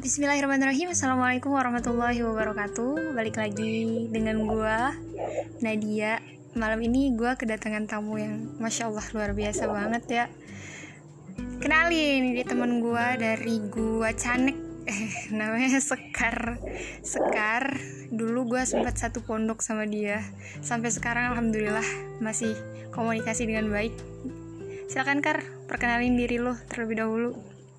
Bismillahirrahmanirrahim. Assalamualaikum warahmatullahi wabarakatuh. Balik lagi dengan gua Nadia. Malam ini gua kedatangan tamu yang Masya Allah luar biasa banget ya. Kenalin, dia temen gua dari gua Canek. Namanya Sekar. Dulu gua sempat satu pondok sama dia. Sampai sekarang alhamdulillah masih komunikasi dengan baik. Silakan Kar, perkenalin diri lo terlebih dahulu.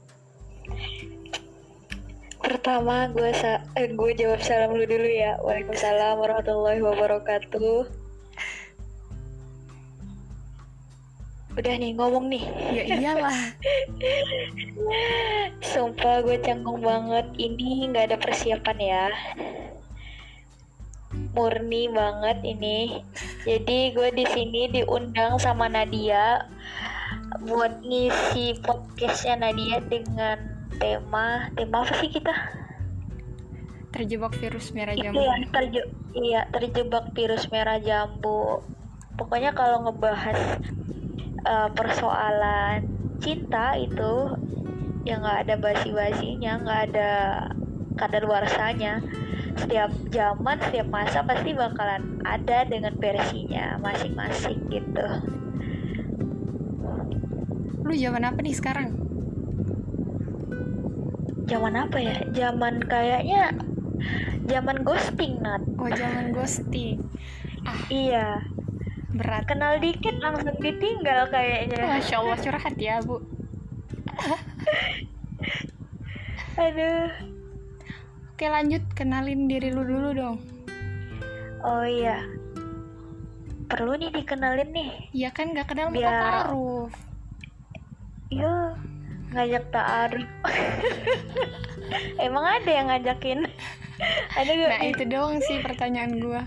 Pertama gue jawab salam dulu ya. Waalaikumsalam warahmatullahi wabarakatuh. Udah nih ngomong nih. Ya iyalah. Sumpah gue canggung banget. Ini nggak ada persiapan ya. Murni banget ini. Jadi gue di sini diundang sama Nadia buat ngisi podcastnya Nadia dengan tema apa sih kita? Terjebak virus merah jambu. Terjebak virus merah jambu. Pokoknya kalau ngebahas persoalan cinta itu ya nggak ada basi-basinya, nggak ada kadaluarsanya. Setiap zaman, setiap masa pasti bakalan ada dengan versinya masing-masing gitu. Lu zaman apa nih sekarang? Zaman apa ya? Kayaknya zaman ghosting, Nat. Oh, zaman ghosting. Iya. Berat. Kenal dikit langsung ditinggal kayaknya. Masya Allah, curhat ya, Bu. Aduh. Oke, lanjut. Kenalin diri lu dulu dong. Oh iya. Perlu nih dikenalin nih. Iya kan, gak kenal maka Biar... ta'aruf. Iya. Ngajak ta'aruf. Emang ada yang ngajakin? Ada gak? Nah itu doang sih pertanyaan gue.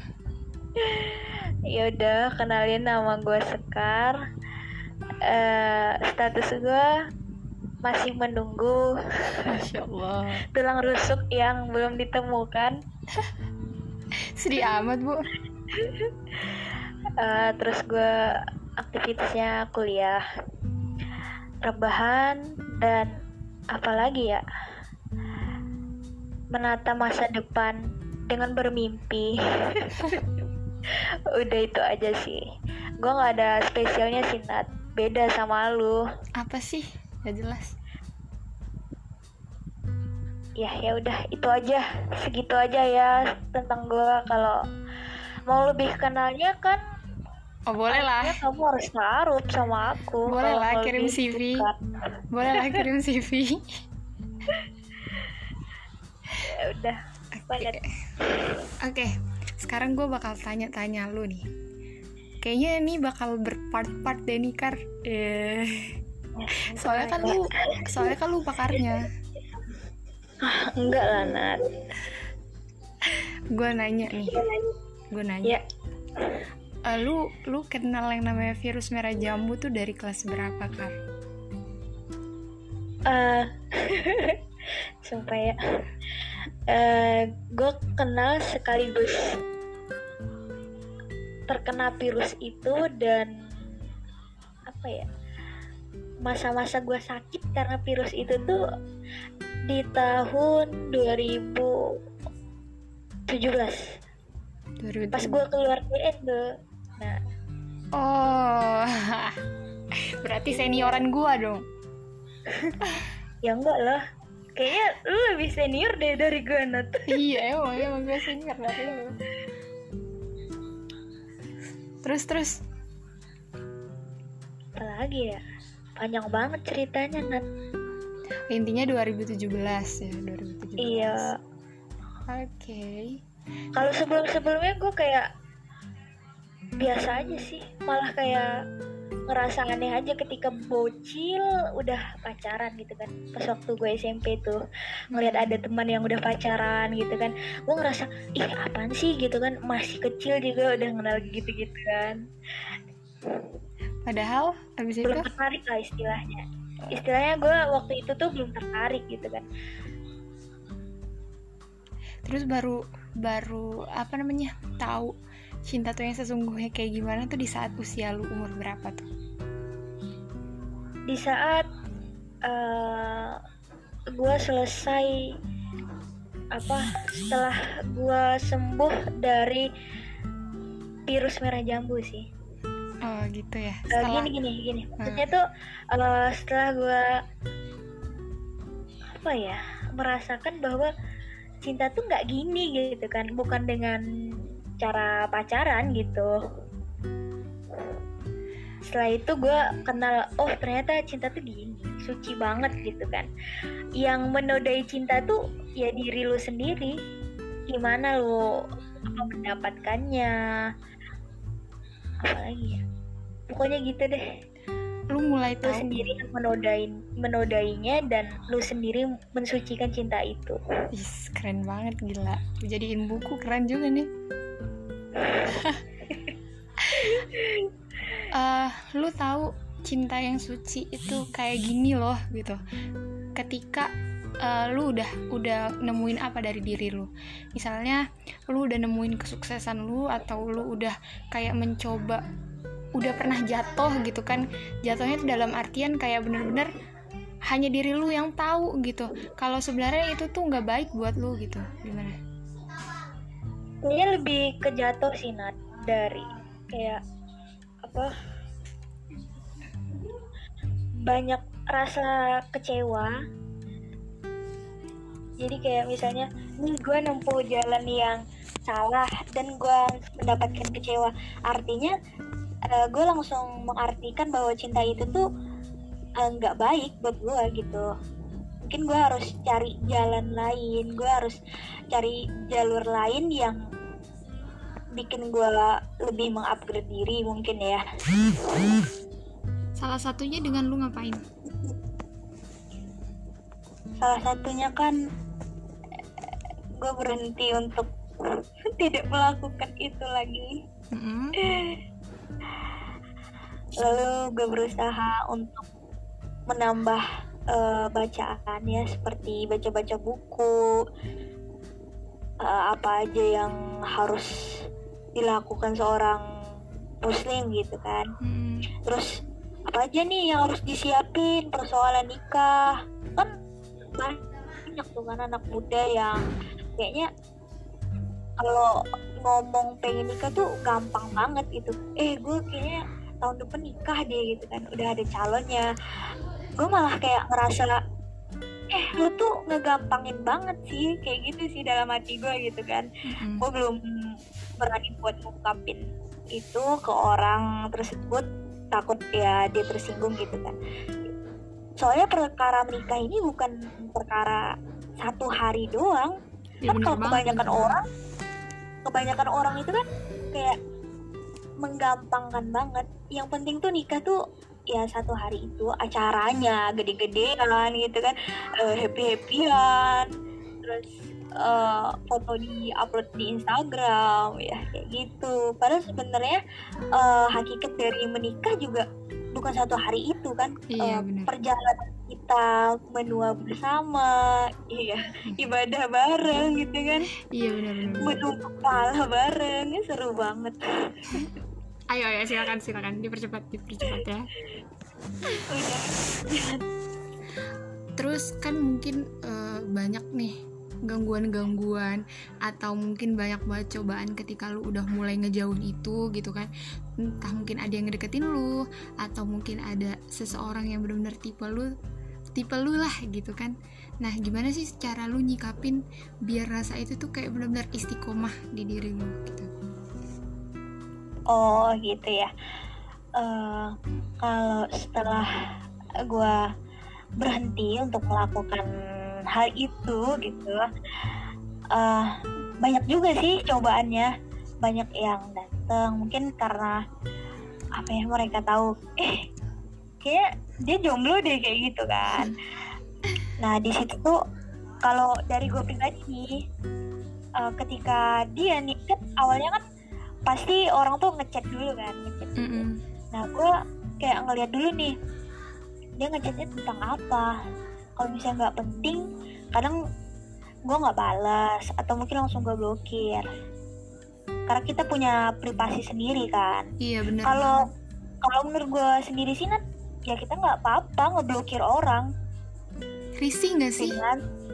Yaudah, kenalin, nama gue Sekar. Status gue masih menunggu. Masya Allah. Tulang rusuk yang belum ditemukan. Sedih amat, Bu. Terus gue aktivitasnya kuliah, rebahan, dan apalagi ya, menata masa depan dengan bermimpi. Udah itu aja sih. Gue nggak ada spesialnya sih, Nat. Beda sama lu. Apa sih? Gak jelas. Ya udah itu aja. Segitu aja ya tentang gue. Kalau mau lebih kenalnya kan, oh boleh lah. Kamu harus taruh sama aku. Boleh lah kirim CV. Boleh lah kirim CV. Ya udah. Oke. Sekarang gue bakal tanya-tanya lu nih. Kayaknya ini bakal berpart-part deh nih, Kar. Soalnya kan lu pakarnya. Enggak lah, Nat. Gue nanya nih. Ya. Lu kenal yang namanya virus merah jambu tuh dari kelas berapa, Kar? Sumpah ya. Gue kenal sekaligus terkena virus itu, dan apa ya, masa-masa gue sakit karena virus itu tuh di tahun 2017. Pas gue keluar PN tuh. Nah. Oh. Berarti senioran gue dong. Ya enggak lah. Kayaknya lu lebih senior deh dari gue, Nat. Iya, emang gue senior dari lu. Terus. Apalagi ya? Panjang banget ceritanya, Nat. Intinya 2017 ya, 2017. Iya. Oke. Kalau sebelumnya gue kayak biasa aja sih. Malah kayak ngerasa aneh aja ketika bocil udah pacaran gitu kan. Pas waktu gue SMP tuh ngeliat ada teman yang udah pacaran gitu kan, gue ngerasa ih apaan sih gitu kan, masih kecil juga udah kenal gitu-gitu kan. Padahal abis itu belum tertarik lah istilahnya gue waktu itu tuh belum tertarik gitu kan. Terus baru apa namanya, tahu cinta tuh yang sesungguhnya kayak gimana tuh di saat usia lu umur berapa tuh? Di saat gue selesai setelah gue sembuh dari virus merah jambu sih. Oh gitu ya. Gini. Maksudnya tuh setelah gue merasakan bahwa cinta tuh nggak gini gitu kan, bukan dengan cara pacaran gitu. Setelah itu gue kenal, ternyata cinta tuh gini, suci banget gitu kan. Yang menodai cinta tuh ya diri lu sendiri, gimana lu mendapatkannya, apalagi ya, pokoknya gitu deh. Lu mulai tahu, lu sendiri yang menodainya dan lu sendiri mensucikan cinta itu. Keren banget, gila. Jadiin buku, keren juga nih. Lu tahu cinta yang suci itu kayak gini loh gitu. Ketika lu udah nemuin apa dari diri lu. Misalnya lu udah nemuin kesuksesan lu, atau lu udah kayak mencoba, udah pernah jatuh gitu kan. Jatuhnya itu dalam artian kayak bener-bener hanya diri lu yang tahu gitu kalau sebenarnya itu tuh nggak baik buat lu gitu. Gimana? Ini lebih ke jatuh sih, Nat, dari kayak banyak rasa kecewa. Jadi kayak misalnya nih gue nempuh jalan yang salah dan gue mendapatkan kecewa, artinya gue langsung mengartikan bahwa cinta itu tuh nggak baik buat gue gitu. Mungkin gue harus cari jalan lain, gue harus cari jalur lain yang bikin gue lebih mengupgrade diri mungkin ya. Salah satunya dengan lu ngapain? Salah satunya kan gue berhenti untuk tidak melakukan itu lagi. Lalu gue berusaha untuk menambah bacaan ya, seperti baca-baca buku, apa aja yang harus dilakukan seorang muslim gitu kan. Terus apa aja nih yang harus disiapin persoalan nikah, kan banyak tuh kan anak muda yang kayaknya kalau ngomong pengen nikah tuh gampang banget gitu. Gue kayaknya tahun depan nikah deh gitu kan, udah ada calonnya. Gue malah kayak ngerasa lu tuh ngegampangin banget sih, kayak gitu sih dalam hati gue gitu kan. Gue belum berani buat ngungkapin itu ke orang tersebut, takut ya dia tersinggung gitu kan. Soalnya perkara menikah ini bukan perkara satu hari doang. Kan kalau kebanyakan orang itu kan kayak menggampangkan banget. Yang penting tuh nikah tuh ya satu hari itu acaranya gede-gedean gitu kan, happy-happyan, terus foto di upload di Instagram ya kayak gitu. Padahal sebenarnya hakikat dari menikah juga bukan satu hari itu kan. Perjalanan kita menua bersama, ibadah bareng gitu kan. Benar. Menumpuk pahala bareng, seru banget. Ayo silakan dipercepat ya. Terus kan mungkin banyak nih gangguan atau mungkin banyak banget cobaan ketika lu udah mulai ngejauhin itu gitu kan. Entah mungkin ada yang ngedeketin lu, atau mungkin ada seseorang yang benar-benar tipe lu lah gitu kan. Nah, gimana sih cara lu nyikapin biar rasa itu tuh kayak benar-benar istiqomah di diri lu gitu? Oh gitu ya. Kalau setelah gue berhenti untuk melakukan hal itu gitu, banyak juga sih cobaannya. Banyak yang datang mungkin karena mereka tahu kayak dia jomblo deh kayak gitu kan. Nah di situ tuh kalau dari gue pribadi nih, ketika dia nikah awalnya kan pasti orang tuh ngechat dulu kan, Nah gue kayak ngeliat dulu nih dia ngechatnya tentang apa. Kalau misalnya nggak penting, kadang gue nggak balas atau mungkin langsung gue blokir, karena kita punya privasi sendiri kan. Iya benar. Kalau menurut gue sendiri sih Nat, ya kita nggak apa-apa ngeblokir orang. Risih nggak sih?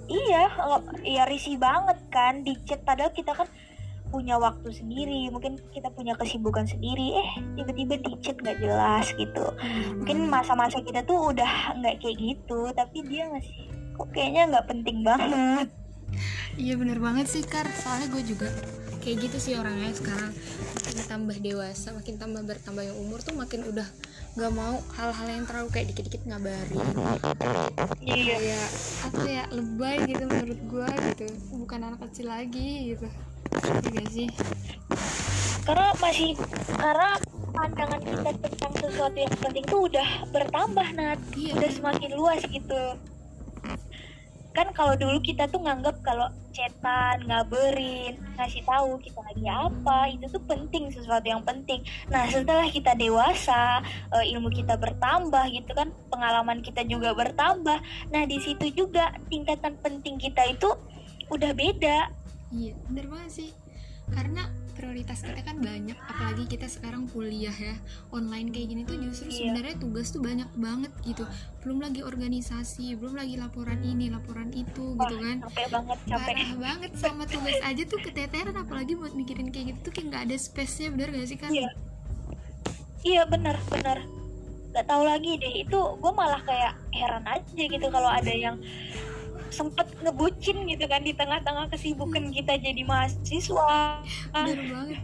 Iya, ya risih banget kan di chat, padahal kita kan punya waktu sendiri, mungkin kita punya kesibukan sendiri, tiba-tiba di chat nggak jelas gitu. Mungkin masa-masa kita tuh udah nggak kayak gitu, tapi dia masih kok kayaknya nggak penting banget. Iya bener banget sih Kar, soalnya gue juga kayak gitu sih orangnya sekarang. Makin tambah dewasa, makin tambah bertambahnya umur tuh makin udah gak mau hal-hal yang terlalu kayak dikit-dikit ngabarin. Iya. Kayak apa ya, lebay gitu menurut gue gitu. Bukan anak kecil lagi gitu. Iya gak sih? Karena pandangan kita tentang sesuatu yang penting tuh udah bertambah, Nat. Iya. Udah semakin luas gitu. Kan kalau dulu kita tuh nganggap kalau chatan, ngabarin, ngasih tahu kita lagi apa, itu tuh penting, sesuatu yang penting. Nah, setelah kita dewasa, ilmu kita bertambah gitu kan, pengalaman kita juga bertambah. Nah, di situ juga tingkatan penting kita itu udah beda. Iya, bener banget sih. Karena prioritas kita kan banyak, apalagi kita sekarang kuliah ya online kayak gini tuh justru sebenarnya tugas tuh banyak banget gitu, belum lagi organisasi, belum lagi laporan ini laporan itu gitu kan. Capek. Parah banget, sama tugas aja tuh keteteran, apalagi buat mikirin kayak gitu tuh kayak nggak ada space-nya, bener gak sih kan? Iya benar nggak tahu lagi deh, itu gue malah kayak heran aja gitu kalau ada yang sempet ngebucin gitu kan di tengah-tengah kesibukan kita jadi mahasiswa. Bener banget.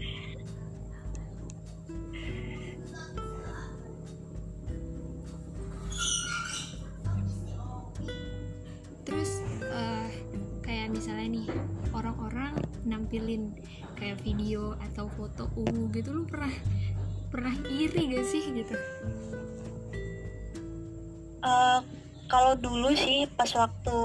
Terus kayak misalnya nih orang-orang nampilin kayak video atau foto gitu, lu pernah iri gak sih gitu? Kalau dulu sih pas waktu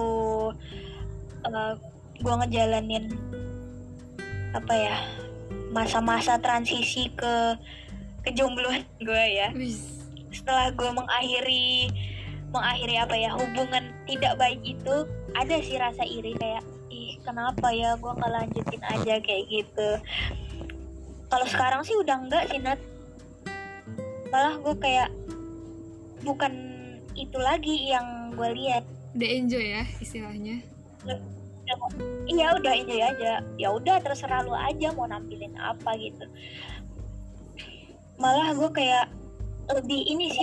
gue ngejalanin apa ya, masa-masa transisi ke kejombloan gue ya. Setelah gue mengakhiri apa ya, hubungan tidak baik itu, ada sih rasa iri kayak, kenapa ya gue nggak lanjutin aja kayak gitu. Kalau sekarang sih udah enggak sih, Nat. Malah gue kayak bukan itu lagi yang gue lihat. Udah enjoy ya istilahnya. Iya udah enjoy aja. Ya udah terserah lu aja mau nampilin apa gitu. Malah gue kayak lebih ini sih,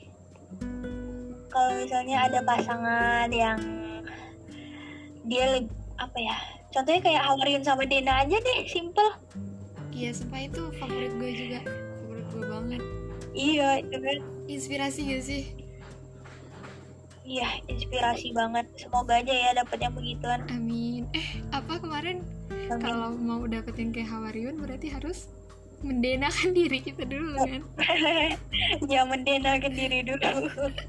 kalau misalnya ada pasangan yang dia lebih apa ya, contohnya kayak Hawaryun sama Dena aja deh, simple. Iya, sumpah itu favorit gue juga, favorit gue banget. Iya itu kan inspirasi gak sih? Iya, inspirasi banget. Semoga aja ya dapet yang begituan. Amin. Apa kemarin kalau mau dapetin kayak Hawaryun berarti harus mendenakan diri kita dulu kan? Ya, mendenakan diri dulu.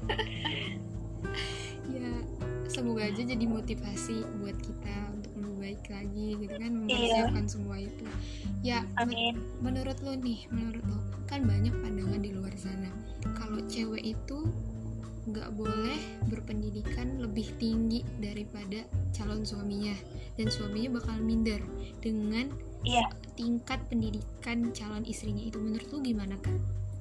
Ya, semoga aja jadi motivasi buat kita untuk lebih baik lagi gitu kan, mempersiapkan semua itu. Ya, amin. Menurut lo kan banyak pandangan di luar sana kalau cewek itu nggak boleh berpendidikan lebih tinggi daripada calon suaminya, dan suaminya bakal minder dengan tingkat pendidikan calon istrinya itu. Menurut lu gimana kan?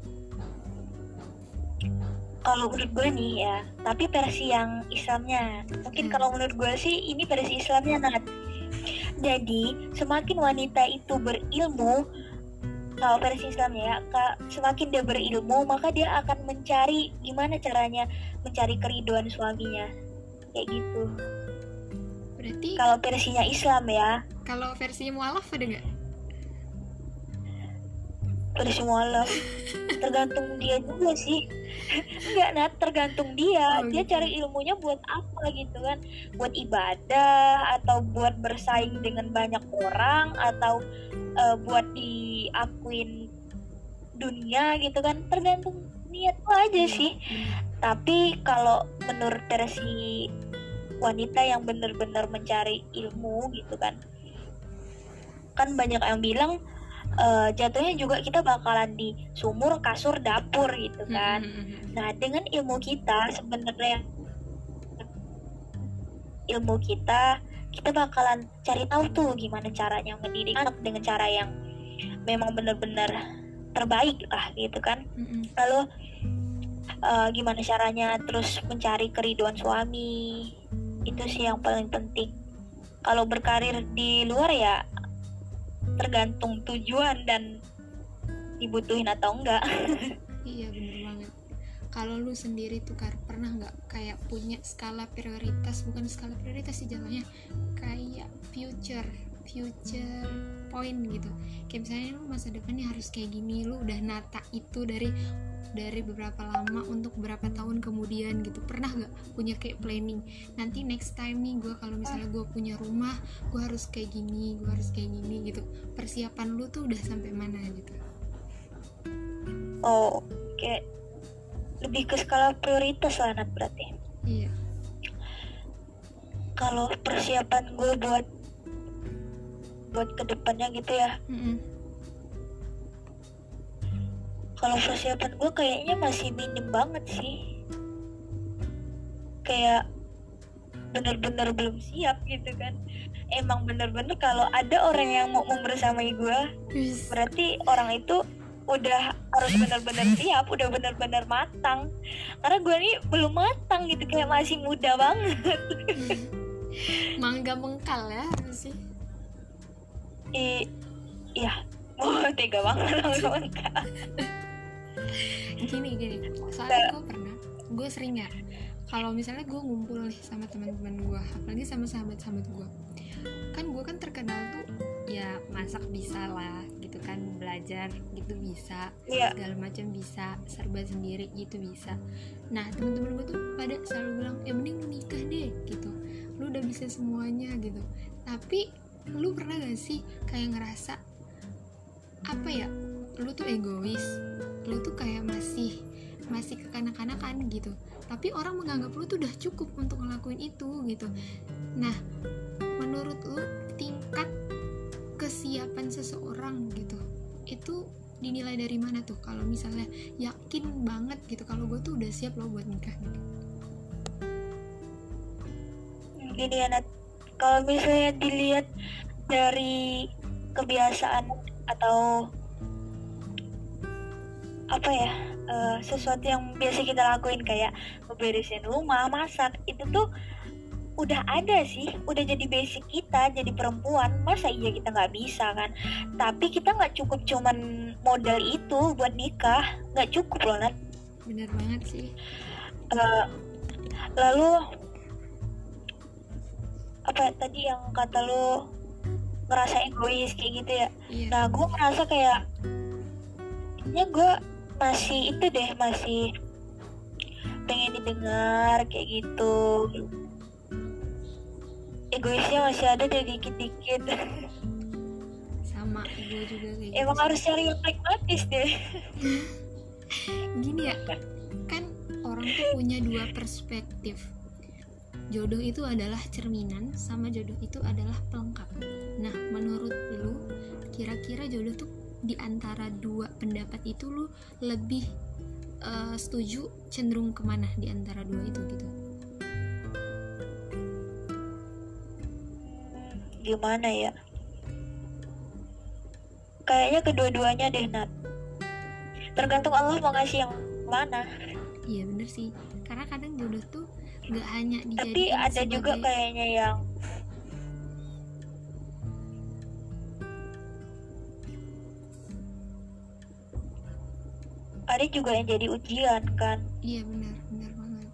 Kalau menurut gue nih ya, tapi versi yang Islamnya. Mungkin kalau menurut gue sih ini versi Islamnya, Nat. Jadi semakin wanita itu berilmu, kalau versi Islamnya ya, semakin dia berilmu maka dia akan mencari gimana caranya mencari keriduan suaminya, kayak gitu. Berarti kalau versinya Islam ya. Kalau versi mualaf ada nggak? Versi mualaf tergantung dia juga sih. Enggak, Nat, tergantung dia. Dia gitu. cari ilmunya buat apa gitu kan? Buat ibadah, atau buat bersaing dengan banyak orang, atau buat diakuin dunia gitu kan, tergantung niat lo aja sih. Tapi kalau menurut versi wanita yang benar-benar mencari ilmu gitu kan banyak yang bilang jatuhnya juga kita bakalan di sumur, kasur, dapur gitu kan. Nah, dengan ilmu kita sebenarnya, kita bakalan cari tahu tuh gimana caranya mendidik anak dengan cara yang memang benar-benar terbaik lah gitu kan. Lalu gimana caranya terus mencari keriduan suami, Itu sih yang paling penting. Kalau berkarir di luar ya tergantung tujuan dan dibutuhin atau enggak. Iya bener banget. Kalau lu sendiri tuh pernah nggak kayak punya skala prioritas, bukan skala prioritas sih jatuhnya, kayak future point gitu. Kayak misalnya lu masa depannya harus kayak gini, lu udah nata itu dari beberapa lama untuk berapa tahun kemudian gitu. Pernah nggak punya kayak planning, nanti next time nih gue kalau misalnya gue punya rumah, gue harus kayak gini, gue harus kayak gini gitu. Persiapan lu tuh udah sampai mana gitu? Oh, kayak lebih ke skala prioritas lah Nat berarti. Iya. Kalau persiapan gue buat kedepannya gitu ya. Kalau persiapan gue kayaknya masih minim banget sih. Kayak bener-bener belum siap gitu kan. Emang bener-bener kalau ada orang yang mau membersamai gue, berarti orang itu udah harus benar-benar siap, udah benar-benar matang. Karena gue nih belum matang gitu, kayak masih muda banget. Mangga mengkal ya sih. Iya, tega banget mangga mengkal. Gini, soalnya gue sering ya, kalau misalnya gue ngumpul nih sama teman-teman gue, apalagi sama sahabat-sahabat gue, kan gue kan terkenal tuh ya masak bisa lah gitu kan, belajar gitu bisa, segala macam bisa, serba sendiri gitu bisa. Nah teman-teman gue tuh pada selalu bilang mending lu nikah deh gitu, lu udah bisa semuanya gitu. Tapi lu pernah gak sih kayak ngerasa apa ya, lu tuh egois, lu tuh kayak masih kekanak-kanakan gitu, tapi orang menganggap lu tuh udah cukup untuk ngelakuin itu gitu. Nah menurut lu tingkat kesiapan seseorang gitu itu dinilai dari mana tuh, kalau misalnya yakin banget gitu kalau gue tuh udah siap loh buat nikah gitu? Gini ya Nat, kalau misalnya dilihat dari kebiasaan atau apa ya, sesuatu yang biasa kita lakuin kayak ngeberesin rumah, masak, itu tuh udah ada sih, udah jadi basic kita jadi perempuan. Masa iya kita nggak bisa kan? Tapi kita nggak cukup cuman modal itu buat nikah, nggak cukup loh Nat. Bener banget sih. Lalu apa tadi yang kata lu ngerasa egois kayak gitu ya? Iya. Nah gue ngerasa kayak gue masih itu deh, masih pengen didengar kayak gitu. Egoisnya masih ada deh dikit-dikit. Sama gue juga kayak gitu. Emang harus cari yang pragmatis deh. Gini ya, kan orang tuh punya dua perspektif. Jodoh itu adalah cerminan, sama jodoh itu adalah pelengkap. Nah menurut lu kira-kira jodoh tuh di antara dua pendapat itu lu lebih setuju cenderung kemana di antara dua itu gitu? Gimana ya? Kayaknya kedua-duanya deh Nat. Tergantung Allah mau ngasih yang mana. Iya bener sih, karena kadang jodoh tuh gak hanya dijadikan tapi ada sebagai... juga kayaknya yang ada juga yang jadi ujian kan. Iya benar banget.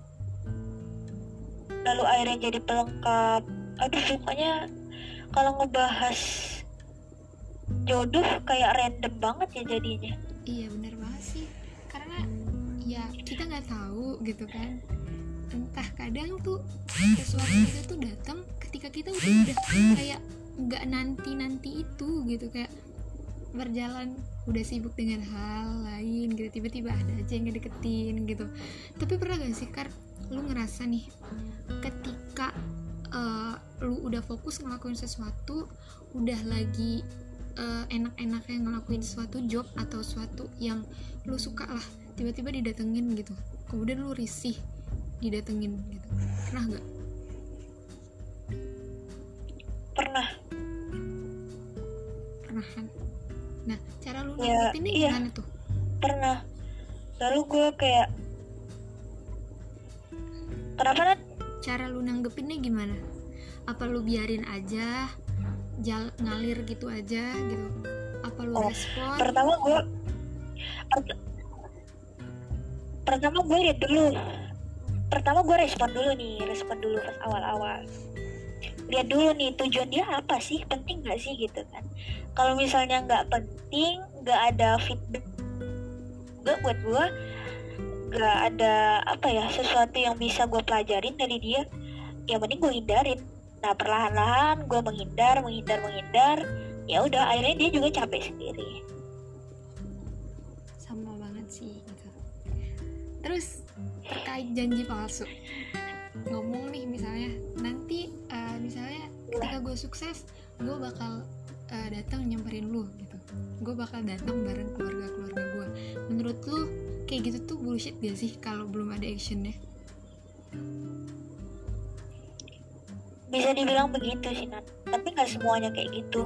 Lalu akhirnya jadi pelengkap. Aduh pokoknya kalau ngebahas jodoh kayak random banget ya jadinya. Iya benar banget sih, karena ya kita nggak tahu gitu kan, entah kadang tuh sesuatu itu tuh datang ketika kita udah kayak nggak nanti itu gitu, kayak berjalan udah sibuk dengan hal lain gitu, tiba-tiba ada aja yang ngedeketin gitu. Tapi pernah gak sih Kar, lu ngerasa nih ketika lu udah fokus ngelakuin sesuatu, udah lagi enak-enaknya ngelakuin suatu job atau suatu yang lu suka lah, tiba-tiba didatengin gitu, kemudian lu risih didatengin gitu, pernah nggak? Pernah kan? Nah cara lu nanggepinnya gimana tuh? Pernah. Lalu gue kayak kenapa Nat? cara lu nanggepinnya gimana? Apa lu biarin aja ngalir gitu aja gitu? Apa lu respon? Pertama gue lihat dulu. Pertama gue respon dulu pas awal-awal. Lihat dulu nih tujuan dia apa sih, penting nggak sih gitu kan. Kalau misalnya nggak penting, nggak ada feedback buat gue, nggak ada sesuatu yang bisa gue pelajarin dari dia, ya mending gue hindarin. Nah perlahan-lahan gue menghindar. Ya udah akhirnya dia juga capek sendiri. Sama banget sih gitu. Terus terkait janji palsu, ngomong nih misalnya nanti misalnya ketika gue sukses gue bakal datang nyamperin lu gitu, gue bakal datang bareng keluarga gue. Menurut lu kayak gitu tuh bullshit gak sih kalau belum ada actionnya? Bisa dibilang begitu sih Nat, tapi nggak semuanya kayak gitu.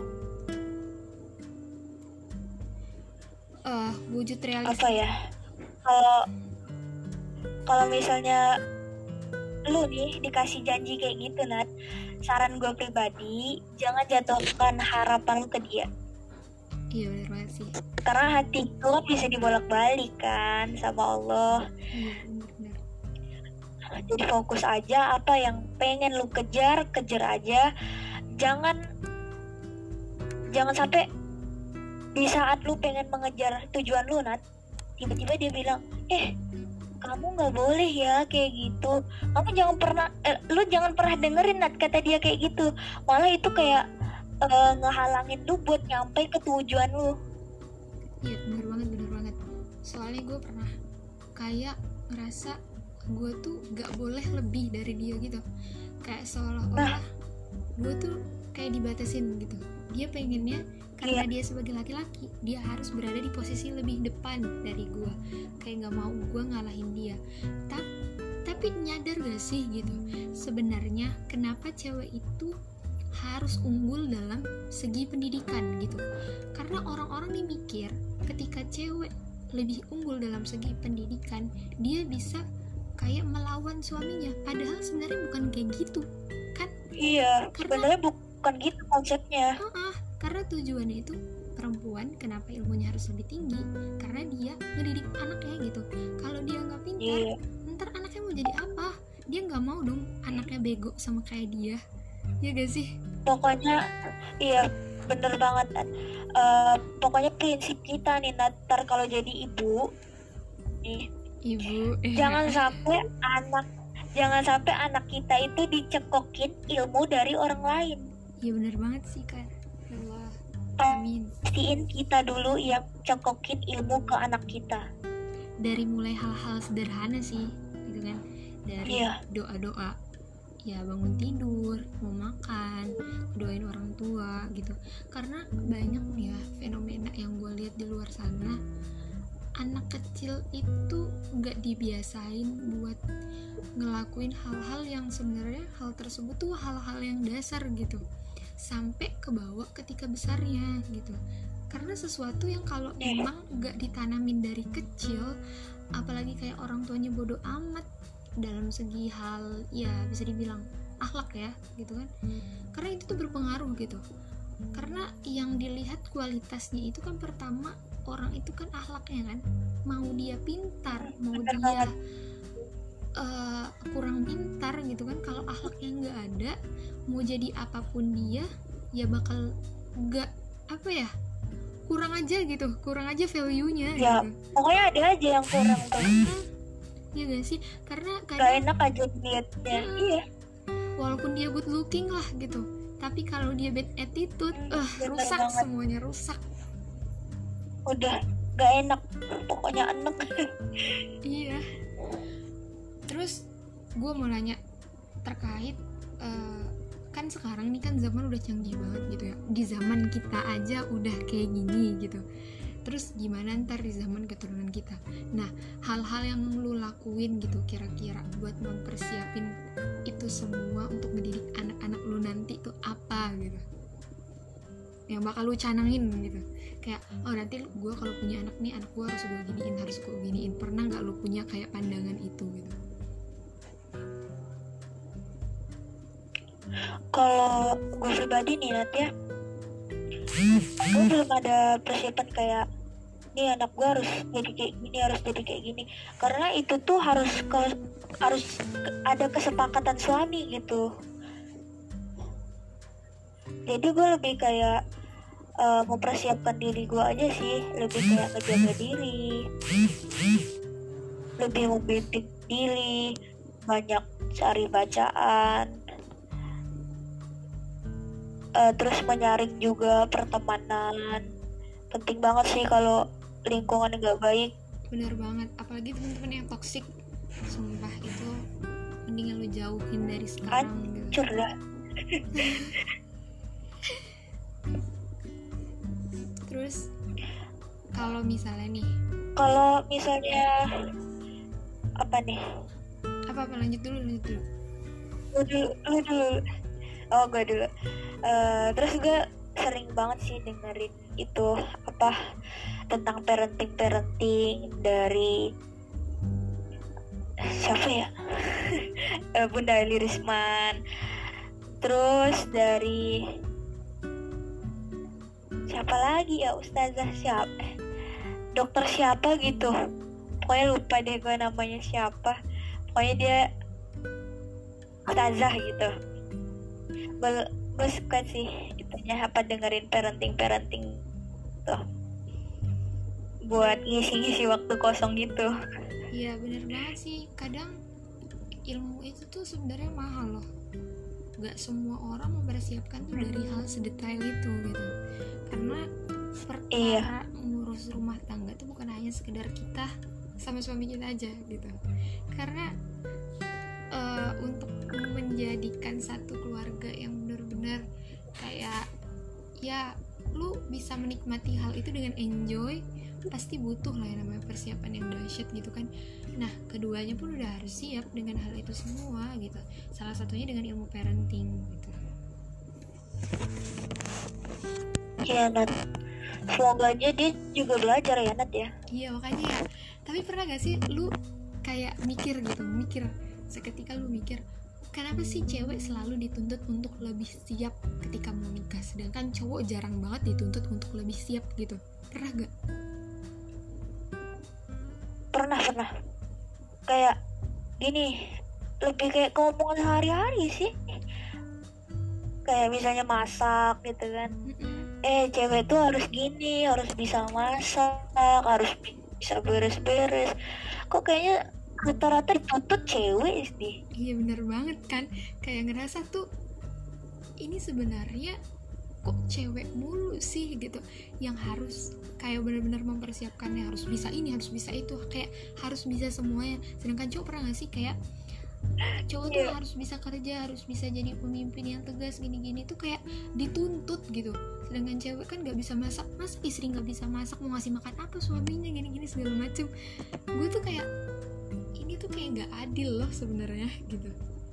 Wujud realistis apa ya, kalau misalnya lu nih dikasih janji kayak gitu Nat, saran gue pribadi jangan jatuhkan harapan lu ke dia. Iya benar banget sih, karena hati itu bisa dibolak-balik kan sama Allah. iya benar. Jadi fokus aja, apa yang pengen lu kejar aja. Jangan sampai di saat lu pengen mengejar tujuan lu Nat, tiba-tiba dia bilang kamu nggak boleh ya kayak gitu. Kamu lu jangan pernah dengerin Nat kata dia kayak gitu. Malah itu kayak ngehalangin lu buat nyampe ke tujuan lu. Iya benar banget. Soalnya gue pernah kayak ngerasa gue tuh gak boleh lebih dari dia gitu. Kayak seolah-olah gue tuh kayak dibatasin gitu. Dia pengennya karena dia sebagai laki-laki, dia harus berada di posisi lebih depan dari gue. Kayak gak mau gue ngalahin dia. Tapi nyadar gak sih gitu, sebenarnya kenapa cewek itu harus unggul dalam segi pendidikan gitu. Karena orang-orang nih mikir ketika cewek lebih unggul dalam segi pendidikan, dia bisa kayak melawan suaminya, padahal sebenarnya bukan kayak gitu kan. Iya, sebenarnya bukan gitu konsepnya. Karena tujuannya itu perempuan kenapa ilmunya harus lebih tinggi, karena dia ngedidik anaknya gitu. Kalau dia nggak pintar, ntar anaknya mau jadi apa? Dia nggak mau dong anaknya bego sama kayak dia. Ya gak sih? Pokoknya iya bener banget. Pokoknya prinsip kita nih ntar kalau jadi ibu nih, jangan sampai anak kita itu dicekokin ilmu dari orang lain. Iya bener banget sih Kak. Allah, amin. Pastiin kita dulu yang cekokin ilmu ke anak kita. Dari mulai hal-hal sederhana sih gitu kan. Dari doa-doa, ya bangun tidur, mau makan, doain orang tua gitu. Karena banyak nih ya fenomena yang gue lihat di luar sana, anak kecil itu gak dibiasain buat ngelakuin hal-hal yang sebenarnya hal tersebut tuh hal-hal yang dasar gitu, sampai ke bawah ketika besarnya gitu. Karena sesuatu yang kalau emang gak ditanamin dari kecil, apalagi kayak orang tuanya bodoh amat dalam segi hal ya bisa dibilang akhlak ya gitu kan, karena itu tuh berpengaruh gitu. Karena yang dilihat kualitasnya itu kan pertama orang itu kan akhlaknya kan, mau dia pintar mau dia kurang pintar gitu kan, kalau akhlaknya nggak ada, mau jadi apapun dia ya bakal nggak kurang aja value-nya ya gitu. Pokoknya ada aja yang kurang tuh. Iya gak sih? Karena gak enak aja dilihatnya. Iya. Walaupun dia good looking lah gitu, tapi kalau dia bad attitude, rusak banget. Semuanya rusak. Udah gak enak, pokoknya enak. Iya. Terus gue mau nanya terkait kan sekarang nih kan zaman udah canggih banget gitu ya. Di zaman kita aja udah kayak gini gitu. Terus gimana ntar di zaman keturunan kita? Nah, hal-hal yang lu lakuin gitu kira-kira buat mempersiapin itu semua untuk mendidik anak-anak lu nanti tuh apa gitu? Yang bakal lu canangin gitu. Kayak, nanti gue kalau punya anak nih, anak gue harus gue giniin. Pernah gak lu punya kayak pandangan itu gitu? Kalau gue pribadi nih Nat ya, gue belum ada persiapan kayak nih anak gue harus jadi kayak gini, harus jadi kayak gini, karena itu tuh harus ada kesepakatan suami gitu. Jadi gue lebih kayak mempersiapkan diri gue aja sih, lebih kayak ngejaga diri, lebih membimbing diri, banyak cari bacaan, terus menyaring juga pertemanan. Penting banget sih kalau lingkungan nggak baik. Bener banget, apalagi teman-teman yang toksik, sumpah itu mendingan lu jauhin dari sekarang gitu. Hancur dah. Terus kalau misalnya apa nih? Apa lanjut dulu. Lu dulu. Oh, gue dulu. Terus gue sering banget sih dengerin itu tentang parenting dari siapa ya? Bunda Eli Risman. Terus dari siapa lagi ya, ustazah siapa? Dokter siapa gitu. Pokoknya lupa deh gue namanya siapa. Pokoknya dia ustazah gitu. Gue suka sih itunya dengerin parenting tuh buat ngisi waktu kosong gitu. Iya bener banget sih, kadang ilmu itu tuh sebenarnya mahal loh, gak semua orang mempersiapkan tuh dari hal sedetail itu gitu. Karena perkara ngurus rumah tangga tuh bukan hanya sekedar kita sama suami kita aja gitu. Karena untuk menjadikan satu keluarga yang benar-benar kayak ya lu bisa menikmati hal itu dengan enjoy, pasti butuh lah yang namanya persiapan yang dahsyat gitu kan. Nah keduanya pun udah harus siap dengan hal itu semua gitu. Salah satunya dengan ilmu parenting gitu. Iya Nat, semoga aja dia juga belajar ya Nat ya. Iya makanya ya. Tapi pernah gak sih lu kayak mikir seketika lu mikir, kenapa sih cewek selalu dituntut untuk lebih siap ketika mau nikah, sedangkan cowok jarang banget dituntut untuk lebih siap gitu? Pernah gak? Pernah. Kayak gini, lebih kayak keomongan sehari-hari sih. Kayak misalnya masak gitu kan. Cewek tuh harus gini, harus bisa masak, harus bisa beres-beres. Kok kayaknya rata-rata dituntut cewek sih. Iya bener banget kan. Kayak ngerasa tuh ini sebenarnya kok cewek mulu sih gitu yang harus kayak benar-benar mempersiapkannya, harus bisa ini, harus bisa itu, kayak harus bisa semuanya. Sedangkan cowok pernah gak sih kayak cowok tuh harus bisa kerja, harus bisa jadi pemimpin yang tegas gini-gini tuh kayak dituntut gitu. Sedangkan cewek kan gak bisa masak, masa istri gak bisa masak, mau ngasih makan apa suaminya, gini-gini segala macem. Gue tuh kayak ini tuh kayak gak adil loh sebenarnya gitu.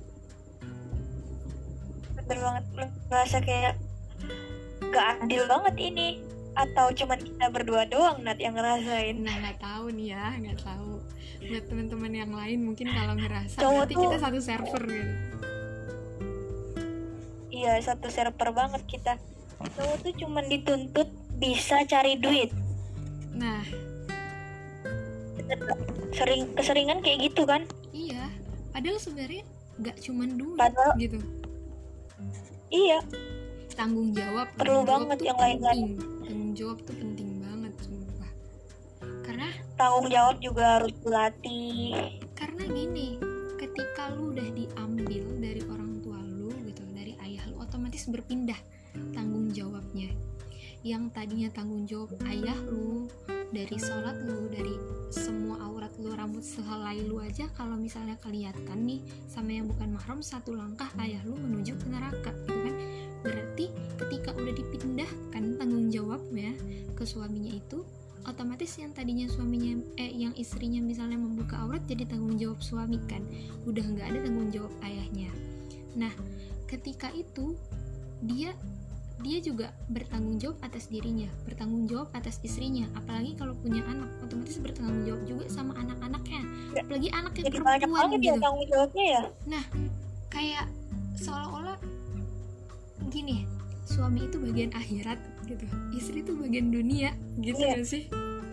Bener banget, merasa kayak gak adil banget ini. Atau cuman kita berdua doang Nat yang ngerasain? Nah nggak tahu nih ya, nggak tahu. Buat teman-teman yang lain mungkin kalau ngerasa cowok berarti tuh, kita satu server gitu. Iya satu server banget kita. Cowok tuh cuman dituntut bisa cari duit. Nah keseringan kayak gitu kan. iya, padahal sebenarnya nggak cuman duit gitu. Iya, tanggung jawab perlu banget yang lain-lain. Tanggung jawab tuh penting banget sumpah. Karena tanggung jawab juga harus dilatih. Karena gini, ketika lu udah diambil dari orang tua lu gitu, dari ayah lu, otomatis berpindah tanggung jawabnya. Yang tadinya tanggung jawab ayah lu, dari sholat lu, dari semua aurat lu, rambut sehelai lu aja kalau misalnya kelihatan nih sama yang bukan mahram, satu langkah ayah lu menuju ke neraka gitu kan. Berarti ketika udah dipindahkan tanggung jawabnya ke suaminya itu, otomatis yang tadinya suaminya yang istrinya misalnya membuka aurat jadi tanggung jawab suami kan, udah nggak ada tanggung jawab ayahnya. Nah ketika itu dia juga bertanggung jawab atas dirinya, bertanggung jawab atas istrinya, apalagi kalau punya anak otomatis bertanggung jawab juga sama anak-anaknya, apalagi anaknya jadi perempuan gitu. Ya tanggung jawabnya ya. Nah kayak seolah-olah gini, suami itu bagian akhirat gitu, istri itu bagian dunia gitu. Gak sih?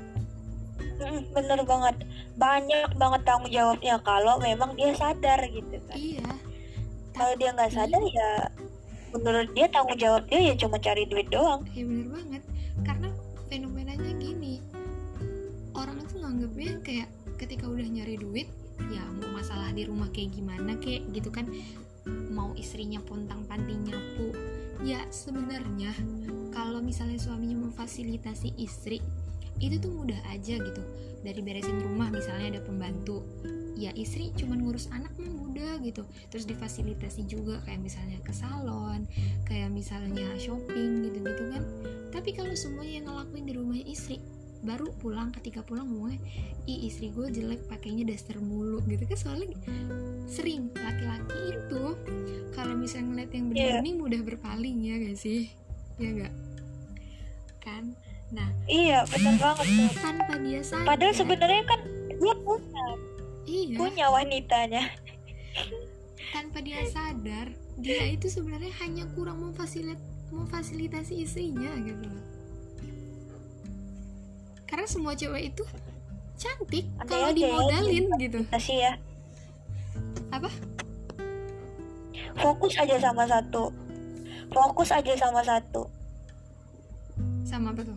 Bener banget, banyak banget tanggung jawabnya kalau memang dia sadar gitu kan. Iya. Kalau dia nggak sadar ya menurut dia tanggung jawab dia ya cuma cari duit doang. Iya bener banget, karena fenomenanya gini, orang tuh nganggepnya kayak ketika udah nyari duit ya mau masalah di rumah kayak gimana kayak gitu kan, mau istrinya pontang panting nyapu, ya sebenarnya kalau misalnya suaminya memfasilitasi istri itu tuh mudah aja gitu. Dari beresin rumah misalnya ada pembantu, ya istri cuman ngurus anak mah mudah gitu. Terus difasilitasi juga kayak misalnya ke salon, kayak misalnya shopping gitu-gitu kan. Tapi kalau semuanya yang ngelakuin di rumahnya istri, baru pulang, ketika pulang ngomongnya, ih istri gue jelek pakainya daster mulu gitu kan. Soalnya sering laki-laki itu kalau misalnya ngeliat yang bening mudah berpaling, ya gak sih? Ya gak? Kan? Nah, iya benar banget tuh. Tanpa dia sadar. Padahal sebenarnya kan dia punya wanitanya. Tanpa dia sadar, dia itu sebenarnya hanya kurang memfasilitasi istrinya gitu. Karena semua cewek itu cantik kalau dimodalin gitu. Kasih ya. Apa? Fokus aja sama satu. Sama apa tuh?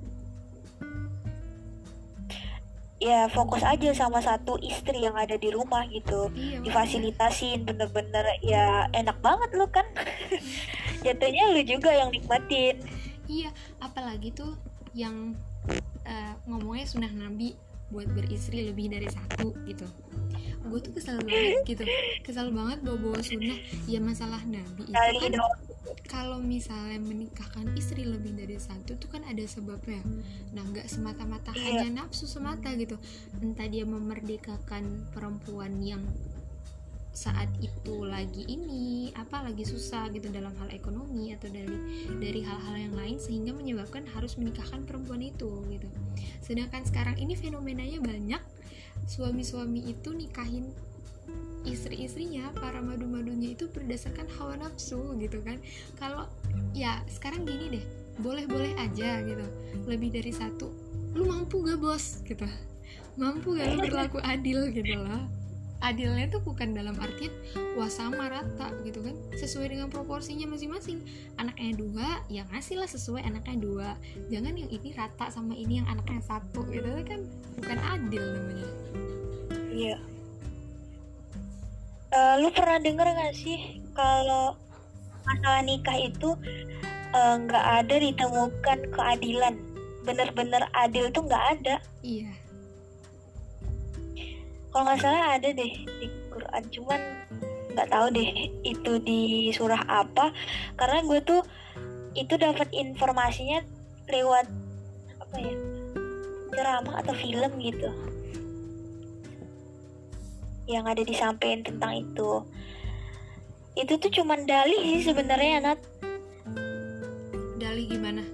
Ya fokus aja sama satu istri yang ada di rumah gitu. Iya, difasilitasin bener-bener ya enak banget lu kan. Jatuhnya lu juga yang nikmatin. Iya, apalagi tuh yang ngomongnya sunnah Nabi buat beristri lebih dari satu gitu. Gue tuh kesal banget bawa sunnah. Ya masalah Nabi itu kan kalau misalnya menikahkan istri lebih dari satu tuh kan ada sebabnya. Nah gak semata-mata hanya nafsu semata gitu. Entah dia memerdekakan perempuan yang saat itu lagi susah gitu dalam hal ekonomi atau dari hal-hal yang lain sehingga menyebabkan harus menikahkan perempuan itu gitu. Sedangkan sekarang ini fenomenanya banyak suami-suami itu nikahin istri-istrinya, para madu-madunya itu berdasarkan hawa nafsu gitu kan. Kalau ya sekarang gini deh, boleh-boleh aja gitu, lebih dari satu, lu mampu gak bos gitu, mampu gak lu berlaku adil gitu loh. Adilnya tuh bukan dalam artian wah sama rata gitu kan, sesuai dengan proporsinya masing-masing. Anaknya 2 ya ngasih lah sesuai anaknya 2, jangan yang ini rata sama ini yang anaknya 1 gitu kan, bukan adil namanya. Iya. Lu pernah denger gak sih kalau masalah nikah itu gak ada ditemukan keadilan, bener-bener adil tuh gak ada. Iya. Kalau nggak salah ada deh di Quran, cuman nggak tahu deh itu di surah apa, karena gue tuh itu dapat informasinya lewat apa ya, ceramah atau film gitu yang ada disampaikan tentang itu tuh cuman dalih sih sebenarnya, Nat. Dalih gimana?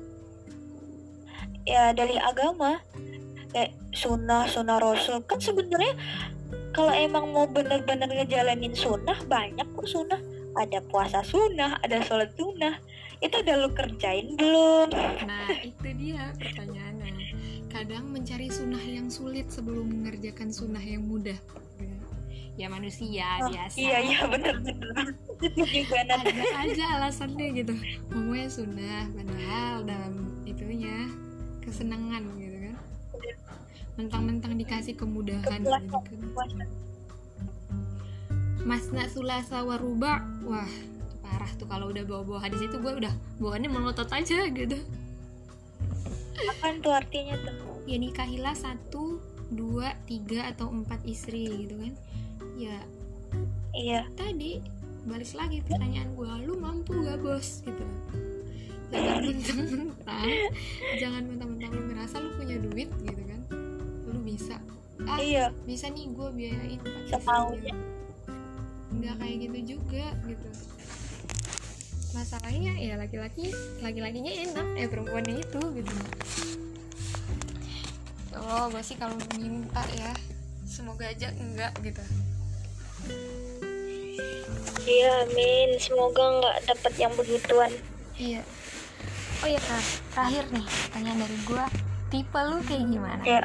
Ya dalih agama, kayak sunnah rasul kan. Sebenarnya kalau emang mau bener-bener ngejalanin sunnah, banyak kok sunnah. Ada puasa sunnah, ada sholat sunnah. Itu udah lu kerjain belum? Nah itu dia pertanyaannya. Kadang mencari sunnah yang sulit sebelum mengerjakan sunnah yang mudah. Ya manusia biasa. Iya bener-bener. Ada aja alasannya gitu, ngomongnya sunnah padahal dalam itunya kesenangan gitu kan. Mentang-mentang dikasih kemudahan gitu kan. Masna sulasa waruba, wah parah tuh kalau udah bawa-bawa hadis itu. Gue udah bawaannya melotot aja gitu. Apaan tuh artinya tuh? Ya nikahilah 1, 2, 3 atau 4 istri gitu kan. Ya iya, tadi balik lagi pertanyaan gue, lu mampu gak bos gitu. Jangan mentang-mentang lu ngerasa lu punya duit gitu kan, lu bisa iya, bisa nih gue biayain semaunya. Nggak kayak gitu juga gitu. Masalahnya ya laki-lakinya enak, perempuannya itu gitu. Oh gue sih kalau minta ya semoga aja enggak gitu. Iya, amin. Semoga nggak dapat yang begituan. Iya. Oh iya Kak, terakhir nih pertanyaan dari gue, tipe lu kayak gimana? Ya.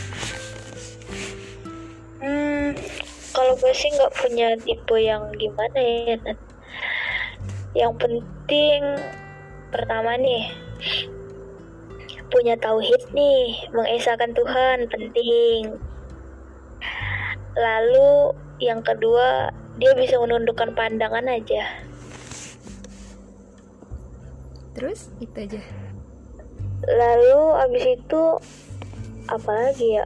Kalau gue sih nggak punya tipe yang gimana ya, Nat. Yang penting pertama nih punya tauhid nih, mengesahkan Tuhan penting. Lalu yang kedua dia bisa menundukkan pandangan aja. Terus itu aja. Lalu abis itu apa lagi ya?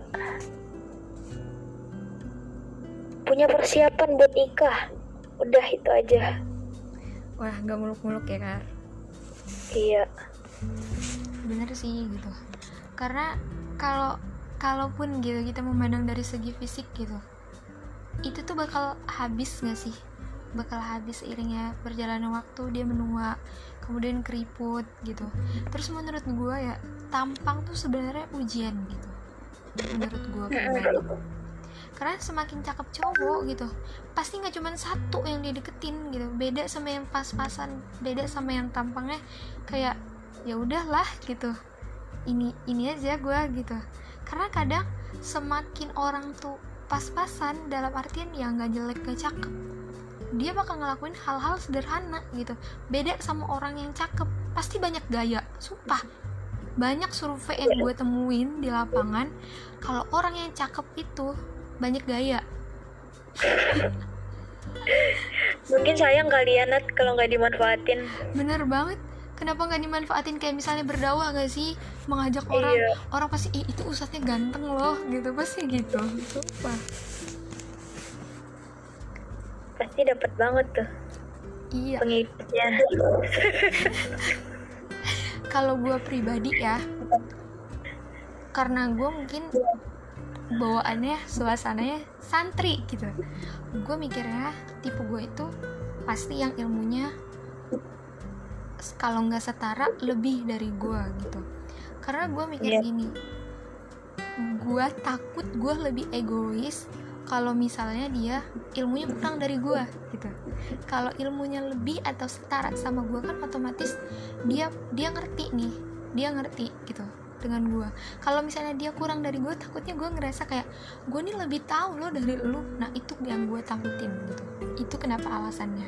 Punya persiapan buat nikah. Udah itu aja. Wah, gak muluk-muluk ya Kak? Iya. Bener sih gitu. Karena kalaupun gitu kita memandang dari segi fisik gitu, itu tuh bakal habis gak sih? Bakal habis seiringnya berjalannya waktu, dia menua, kemudian keriput gitu. Terus menurut gue ya, tampang tuh sebenarnya ujian gitu. Menurut gue pribadi. Karena semakin cakep cowok gitu, pasti nggak cuma satu yang dia deketin gitu. Beda sama yang pas-pasan, beda sama yang tampangnya kayak ya udahlah gitu. Ini aja gue gitu. Karena kadang semakin orang tuh pas-pasan, dalam artian ya nggak jelek nggak cakep, dia bakal ngelakuin hal-hal sederhana gitu. Beda sama orang yang cakep, pasti banyak gaya. Sumpah, banyak survei yang gue temuin di lapangan, kalau orang yang cakep itu banyak gaya. Mungkin sayang kali ya, Nat, kalau nggak dimanfaatin. Bener banget. Kenapa nggak dimanfaatin, kayak misalnya berdakwah gak sih, mengajak orang pasti itu ustadznya ganteng loh gitu, pasti gitu. Sumpah, Pasti dapat banget tuh iya. pengikutnya. Kalau gue pribadi ya, karena gue mungkin bawaannya, suasananya santri gitu, gue mikirnya tipe gue itu pasti yang ilmunya kalau nggak setara lebih dari gue gitu. Karena gue mikir gini, gue takut gue lebih egois kalau misalnya dia ilmunya kurang dari gue gitu. Kalau ilmunya lebih atau setara sama gue kan otomatis dia ngerti nih, dia ngerti gitu dengan gue. Kalau misalnya dia kurang dari gue, takutnya gue ngerasa kayak gue nih lebih tahu loh dari lu. Nah itu yang gue takutin gitu. Itu kenapa alasannya.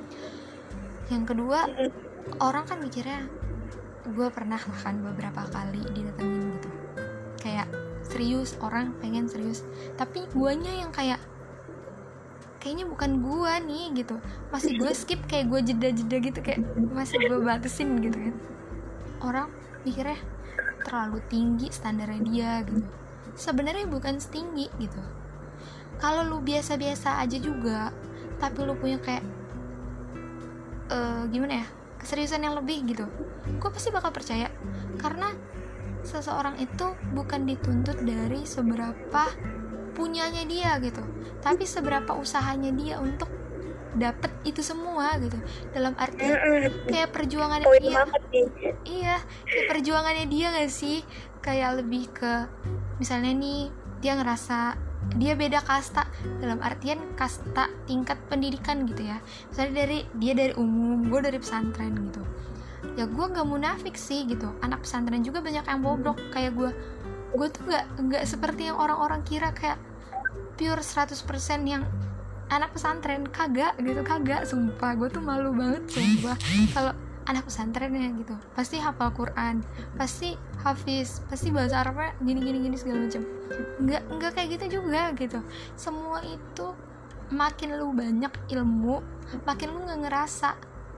Yang kedua, orang kan mikirnya, gue pernah lah kan beberapa kali didatengin gitu, kayak serius, orang pengen serius, tapi guanya yang kayaknya bukan gue nih gitu, masih gue skip, kayak gue jeda-jeda gitu, kayak masih gue batasin gitu kan. Orang mikirnya terlalu tinggi standarnya dia gitu, sebenarnya bukan setinggi gitu. Kalau lu biasa-biasa aja juga, tapi lu punya kayak gimana ya, keseriusan yang lebih gitu, gue pasti bakal percaya. Karena seseorang itu bukan dituntut dari seberapa punyanya dia gitu, tapi seberapa usahanya dia untuk dapet itu semua gitu. Dalam arti kayak perjuangannya dia, iya, kayak perjuangannya dia gak sih, kayak lebih ke misalnya nih dia ngerasa dia beda kasta, dalam artian kasta tingkat pendidikan gitu ya. Misalnya dia dari umum, gue dari pesantren gitu. Ya gue gak munafik sih gitu, anak pesantren juga banyak yang bobrok kayak gue. Gue tuh gak seperti yang orang-orang kira kayak pure 100% yang anak pesantren, kagak gitu, kagak. Sumpah gue tuh malu banget sumpah kalau anak pesantrennya gitu pasti hafal Quran, pasti hafiz, pasti bahasa Arabnya gini segala macam. Nggak kayak gitu juga gitu. Semua itu makin lu banyak ilmu, makin lu nggak ngerasa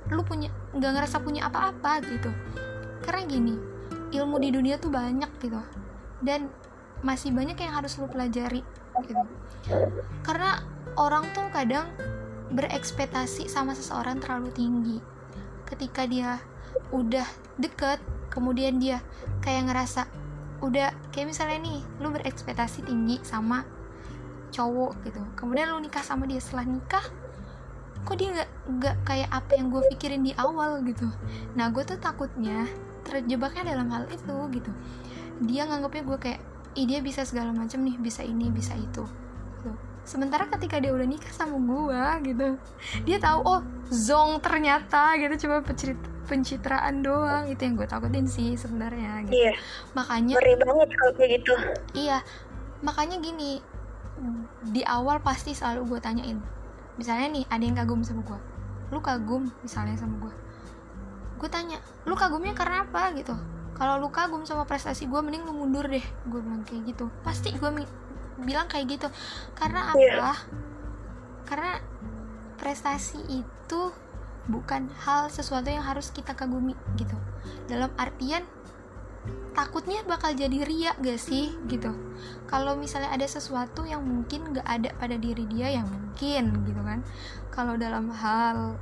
punya apa-apa gitu. Karena gini, ilmu di dunia tuh banyak gitu, dan masih banyak yang harus lu pelajari gitu. Karena orang tuh kadang berekspektasi sama seseorang terlalu tinggi. Ketika dia udah deket, kemudian dia kayak ngerasa udah, kayak misalnya nih lu berekspektasi tinggi sama cowok gitu, kemudian lu nikah sama dia. Setelah nikah kok dia nggak kayak apa yang gue pikirin di awal gitu. Nah gue tuh takutnya terjebaknya dalam hal itu gitu. Dia nganggapnya gue kayak dia bisa segala macam nih, bisa ini bisa itu gitu. Sementara ketika dia udah nikah sama gue gitu, dia tahu oh zong ternyata gitu, cuma pencitraan doang. Itu yang gue takutin sih sebenarnya gitu. Iya. Makanya Ngeri banget kalau kayak gitu. iya, makanya gini, di awal pasti selalu gue tanyain, misalnya nih ada yang kagum sama gue, lu kagum misalnya sama gue tanya, lu kagumnya karena apa gitu. Kalau lu kagum sama prestasi gue, mending lu mundur deh, gue bilang kayak gitu. Pasti gue bilang kayak gitu. Karena apa? Iya. Karena prestasi itu bukan hal sesuatu yang harus kita kagumi gitu. Dalam artian takutnya bakal jadi ria gak sih gitu. Kalau misalnya ada sesuatu yang mungkin gak ada pada diri dia, yang mungkin gitu kan. Kalau dalam hal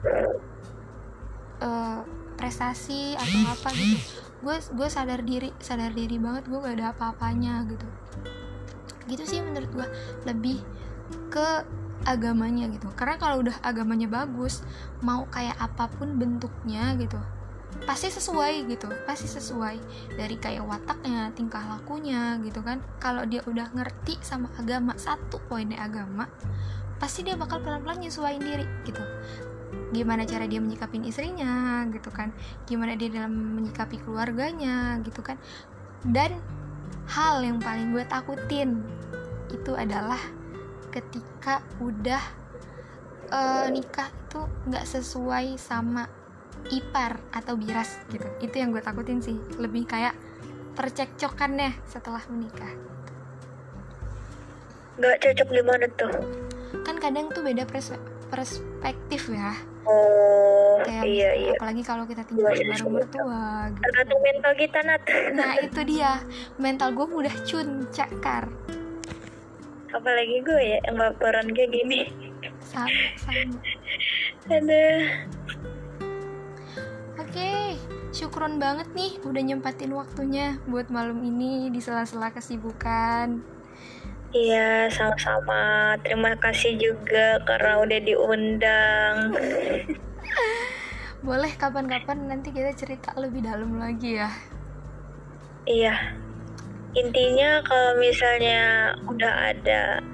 prestasi atau apa gitu, gue sadar diri banget, gue gak ada apa-apanya gitu sih menurut gue. Lebih ke agamanya gitu, karena kalau udah agamanya bagus, mau kayak apapun bentuknya gitu pasti sesuai gitu, pasti sesuai dari kayak wataknya, tingkah lakunya gitu kan. Kalau dia udah ngerti sama agama, satu poinnya agama, pasti dia bakal pelan-pelan nyesuaiin diri gitu. Gimana cara dia menyikapin istrinya gitu kan, gimana dia dalam menyikapi keluarganya gitu kan. Dan hal yang paling gue takutin itu adalah ketika udah nikah itu gak sesuai sama ipar atau biras gitu. Itu yang gue takutin sih, lebih kayak percekcokannya setelah menikah. Gak cocok gimana tuh? Kan kadang tuh beda perspektif ya. Oh, kayak iya. Apalagi kalau kita tinggal bareng mertua gitu. Tergantung mental kita, Nat. Nah itu dia, mental gue mudah cakar. Apalagi gue ya yang baperan kayak gini. Sama. Aduh. Oke, syukron banget nih udah nyempatin waktunya buat malam ini di sela-sela kesibukan. Iya, sama-sama. Terima kasih juga karena udah diundang. Boleh kapan-kapan nanti kita cerita lebih dalam lagi ya. Iya. Intinya kalau misalnya udah ada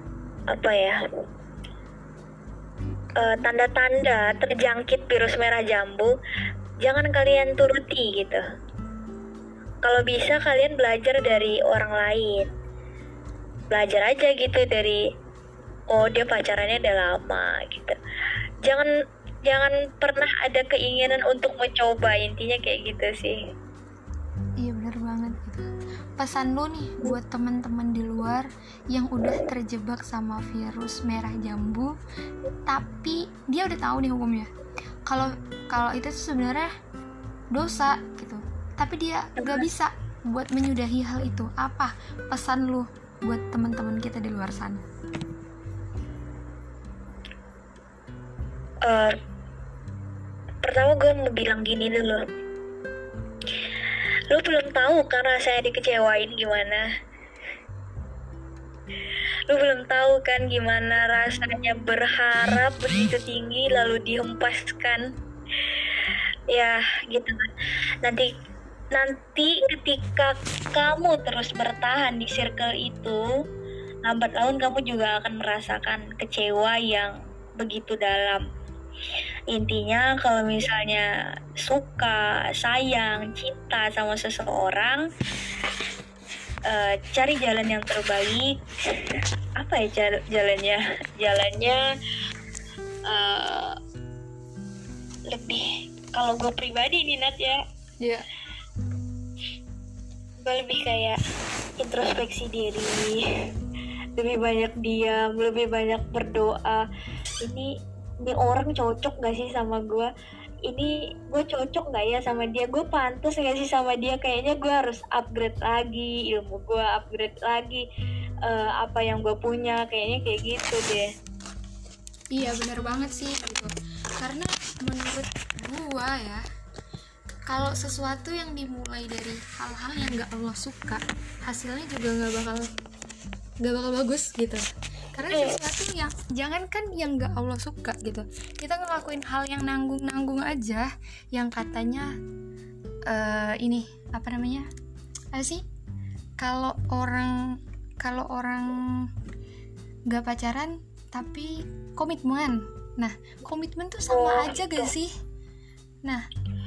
tanda-tanda terjangkit virus merah jambu, jangan kalian turuti gitu. Kalau bisa kalian belajar dari orang lain. Belajar aja gitu dari, oh dia pacarannya udah lama gitu. Jangan pernah ada keinginan untuk mencoba, intinya kayak gitu sih. Iya benar banget gitu. Pesan lu nih buat teman-teman di luar yang udah terjebak sama virus merah jambu, tapi dia udah tahu nih hukumnya. Kalau itu sebenarnya dosa gitu, tapi dia gak bisa buat menyudahi hal itu. Apa pesan lu buat teman-teman kita di luar sana? Pertama gue mau bilang gini dulu. Lu belum tahu kan rasanya dikecewain gimana. Lu belum tahu kan gimana rasanya berharap begitu tinggi lalu dihempaskan. Ya gitu kan. Nanti ketika kamu terus bertahan di circle itu, lambat laun kamu juga akan merasakan kecewa yang begitu dalam. Intinya kalau misalnya suka, sayang, cinta sama seseorang, cari jalan yang terbaik. Apa ya jalannya lebih, kalau gue pribadi nih Nat ya, Iya. gue lebih kayak introspeksi diri, lebih banyak diam, lebih banyak berdoa. Ini orang cocok gak sih sama gue? Ini gue cocok gak ya sama dia? Gue pantas gak sih sama dia? Kayaknya gue harus upgrade lagi ilmu gue, upgrade lagi apa yang gue punya. Kayaknya kayak gitu deh. Iya benar banget sih gitu. Karena menurut gue ya, kalau sesuatu yang dimulai dari hal-hal yang gak Allah suka, hasilnya juga gak bakal bagus gitu. Karena sesuatu yang jangankan yang gak Allah suka gitu, kita ngelakuin hal yang nanggung aja, yang katanya ini apa namanya, apa sih, kalau orang gak pacaran tapi komitmen. Nah, komitmen tuh sama aja gak sih? Nah,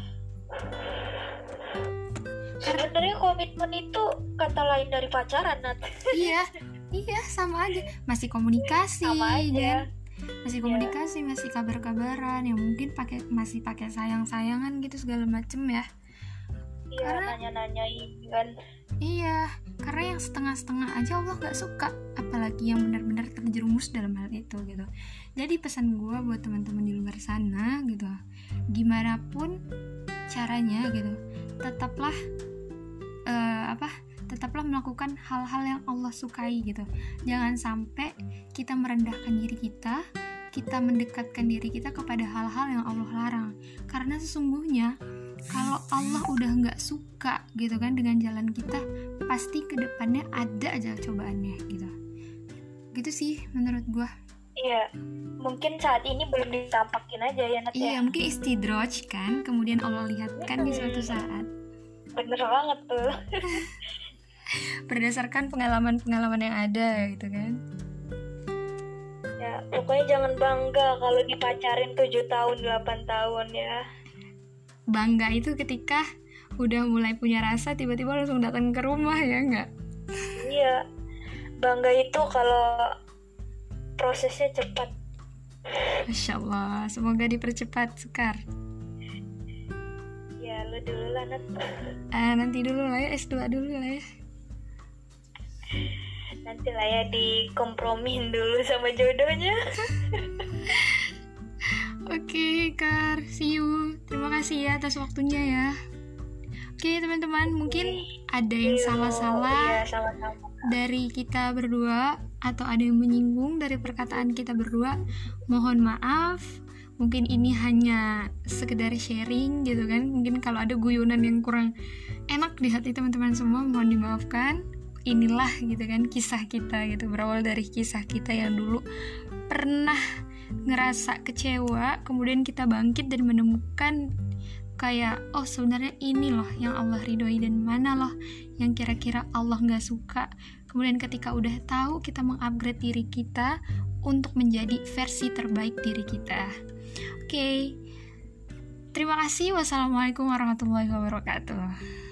sebenarnya komitmen itu kata lain dari pacaran, Nat. iya sama aja, masih komunikasi Sama aja. kan, masih komunikasi, masih kabar-kabaran, ya mungkin masih pakai sayang-sayangan gitu segala macem ya. Iya, Karena nanya-nanyain kan. iya, karena yang setengah-setengah aja Allah gak suka, apalagi yang benar-benar terjerumus dalam hal itu gitu. Jadi pesan gue buat teman-teman di luar sana gitu, gimana pun caranya gitu, tetaplah tetaplah melakukan hal-hal yang Allah sukai gitu. Jangan sampai kita merendahkan diri kita mendekatkan diri kita kepada hal-hal yang Allah larang. Karena sesungguhnya kalau Allah udah nggak suka gitu kan dengan jalan kita, pasti kedepannya ada aja cobaannya gitu sih menurut gua. Iya, mungkin saat ini belum ditampakin aja ya, Nat. Iya, mungkin istidraj kan, kemudian Allah lihatkan di suatu saat. Bener banget tuh. Berdasarkan pengalaman-pengalaman yang ada gitu kan. Ya, pokoknya jangan bangga kalau dipacarin 7 tahun, 8 tahun ya. Bangga itu ketika udah mulai punya rasa tiba-tiba langsung datang ke rumah, ya enggak? Iya, bangga itu kalau prosesnya cepat. Masya Allah, semoga dipercepat Sekar. Ya, lu dulu lah, Nat. Nanti dulu lah ya, S2 dulu lah ya. Nanti lah ya, dikompromin dulu sama jodohnya. Oke, Kar, see you. Terima kasih ya atas waktunya ya. Oke, teman-teman, mungkin ada yang salah-salah dari kita berdua, atau ada yang menyinggung dari perkataan kita berdua. Mohon maaf. Mungkin ini hanya sekedar sharing gitu kan. Mungkin kalau ada guyonan yang kurang enak di hati teman-teman semua, mohon dimaafkan. Inilah gitu kan kisah kita gitu, berawal dari kisah kita yang dulu pernah ngerasa kecewa, kemudian kita bangkit dan menemukan kayak, oh sebenarnya ini loh yang Allah ridhoi dan mana loh yang kira-kira Allah gak suka. Kemudian ketika udah tahu, kita mengupgrade diri kita untuk menjadi versi terbaik diri kita. Oke, terima kasih. Wassalamualaikum warahmatullahi wabarakatuh.